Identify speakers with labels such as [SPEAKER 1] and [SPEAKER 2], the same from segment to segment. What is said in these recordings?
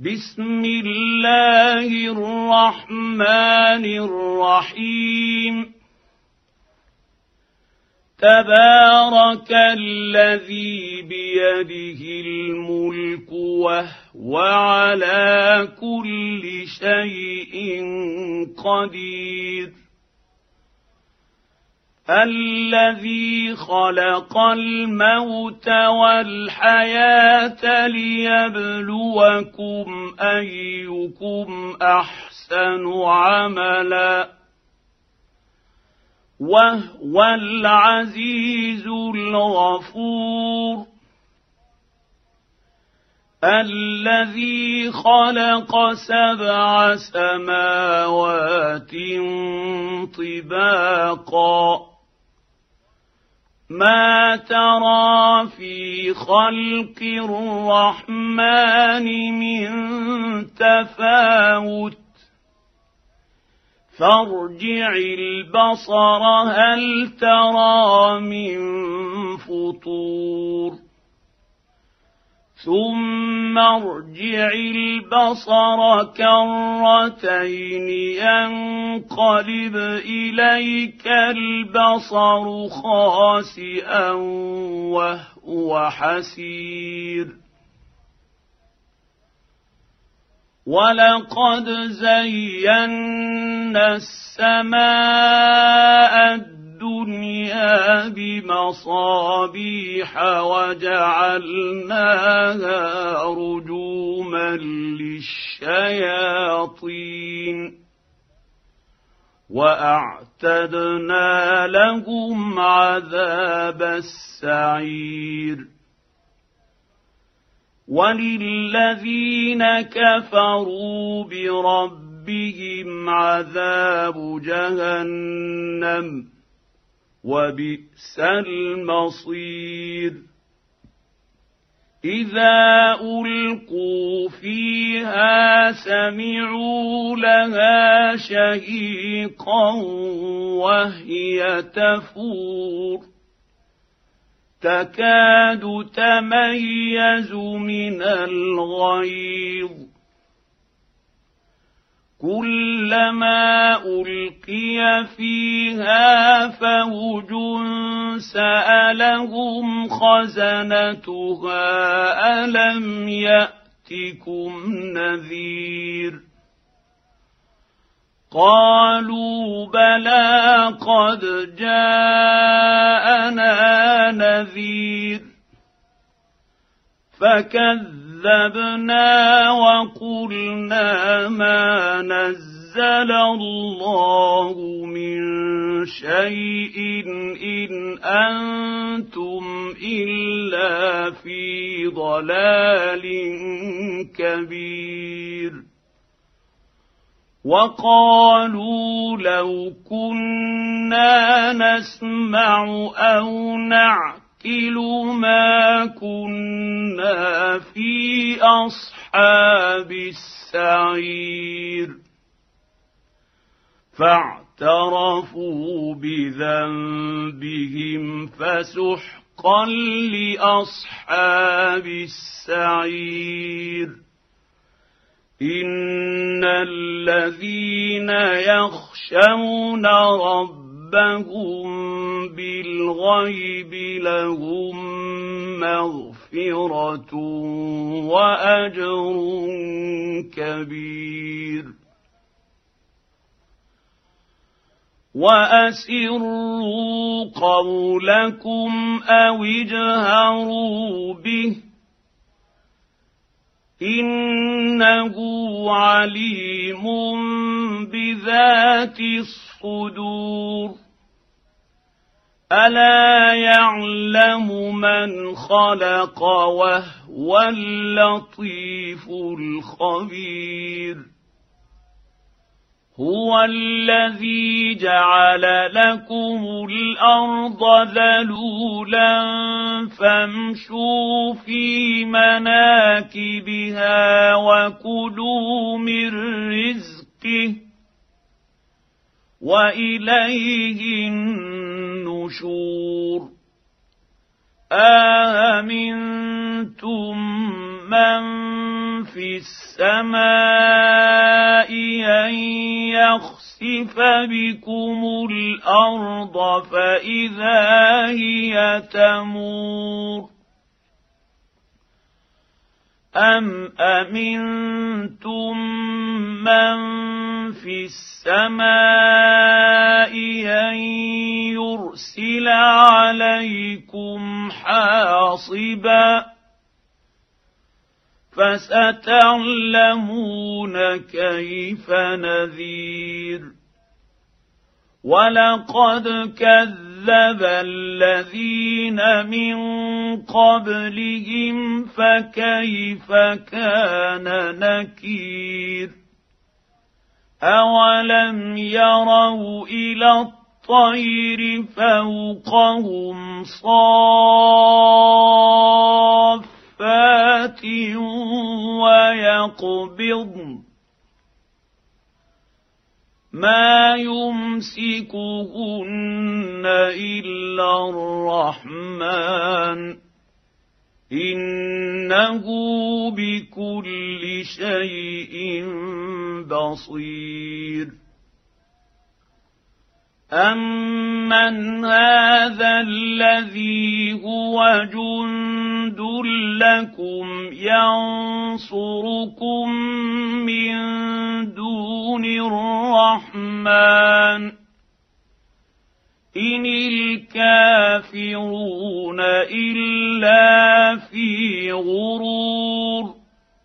[SPEAKER 1] بسم الله الرحمن الرحيم تبارك الذي بيده الملك وهو على كل شيء قدير الذي خلق الموت والحياة ليبلوكم أيكم أحسن عملا وهو العزيز الغفور الذي خلق 7 سماوات طباقا ما ترى في خلق الرحمن من تفاوت فارجع البصر هل ترى من فطور ثم ارجع البصر كرتين ينقلب إليك البصر خاسئا وهو حسير ولقد زينا السماء الدنيا بمصابيح وجعلناها رجوما للشياطين وأعتدنا لهم عذاب السعير وللذين كفروا بربهم عذاب جهنم وبئس المصير إذا ألقوا فيها سمعوا لها شهيقا وهي تفور تكاد تميز من الغيظ كلما ألقي فيها فوج سألهم خزنتها ألم يأتكم نذير قالوا بلى قد جاءنا نذير فكذبنا وقلنا ما نزل الله من شيء إن أنتم إلا في ضلال كبير وقالوا لو كنا نسمع أو نعقل ما كنا في أصحاب السعير فاعترفوا بذنبهم فسحقا لأصحاب السعير إن الذين يخشون ربهم بالغيب لهم مغفرة وأجر كبير وأسروا قولكم أو اجهروا به إنه عليم بذات الصدور ألا يعلم من خلق وهو اللطيف الخبير هو الذي جعل لكم الأرض ذلولا فامشوا في مناكبها وكلوا من رزقه وإليه النشور أأمنتم من في السماء أن يخسف بكم الأرض فإذا هي تمور أم أمنتم من في السماء أن يرسل عليكم حاصبا فستعلمون كيف نذير ولقد كذب الذين من قبلهم فكيف كان نكير أولم يروا إلى الطير فوقهم صافات ويقبضن ما يمسكهن إلا الرحمن إنه بكل شيء بصير أمن هذا الذي هو جند لكم ينصركم من دون الرحمن إن الكافرون إلا في غرور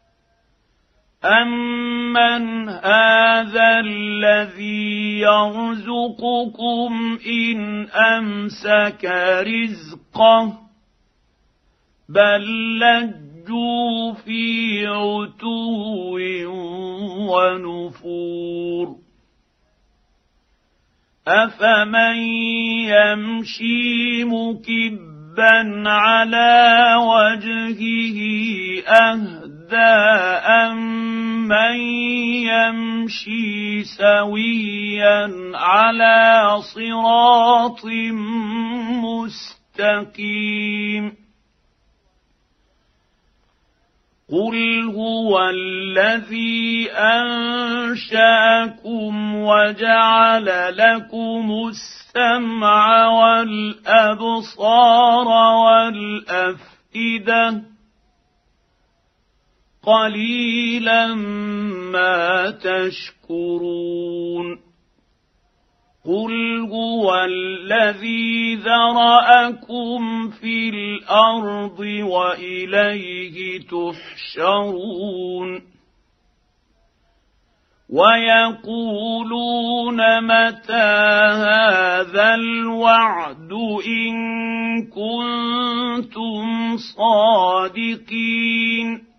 [SPEAKER 1] أمن هذا الذي يرزقكم إن أمسك رزقه بل لجوا في عتو ونفور أفمن يمشي مكبا على وجهه أهدى أمن يمشي سويا على صراط مستقيم قل هو الذي أنشأكم وجعل لكم السمع والأبصار والأفئدة قليلا ما تشكرون قل هو الذي ذرأكم في الأرض وإليه تحشرون ويقولون متى هذا الوعد إن كنتم صادقين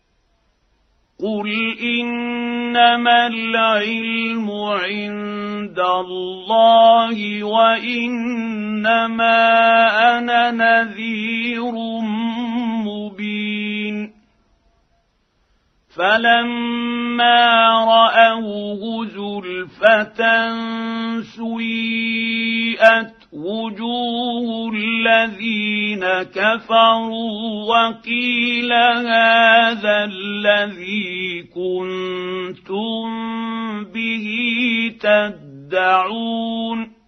[SPEAKER 1] قل إنما العلم عند الله وإنما أنا نذير مبين فلما رأوه زلفة سيئت وجوه الذين كفروا وقيل هذا الذي كنتم به تدعون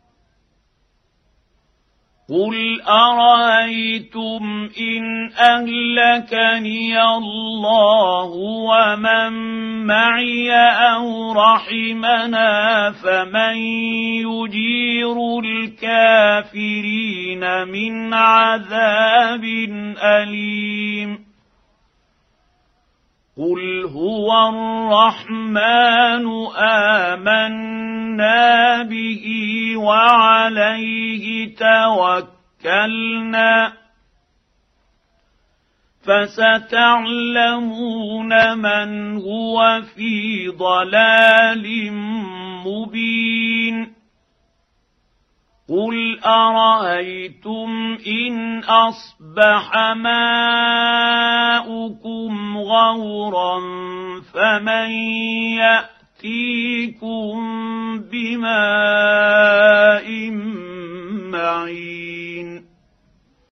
[SPEAKER 1] قل أرأيتم إن أهلكني الله ومن معي أو رحمنا فمن يجير الكافرين من عذاب أليم قل هو الرحمن آمنا به وعليه توكلنا فستعلمون من هو في ضلال مبين قل أرأيتم إن أصبح ماؤكم غورا فمن يأتيكم بماء معين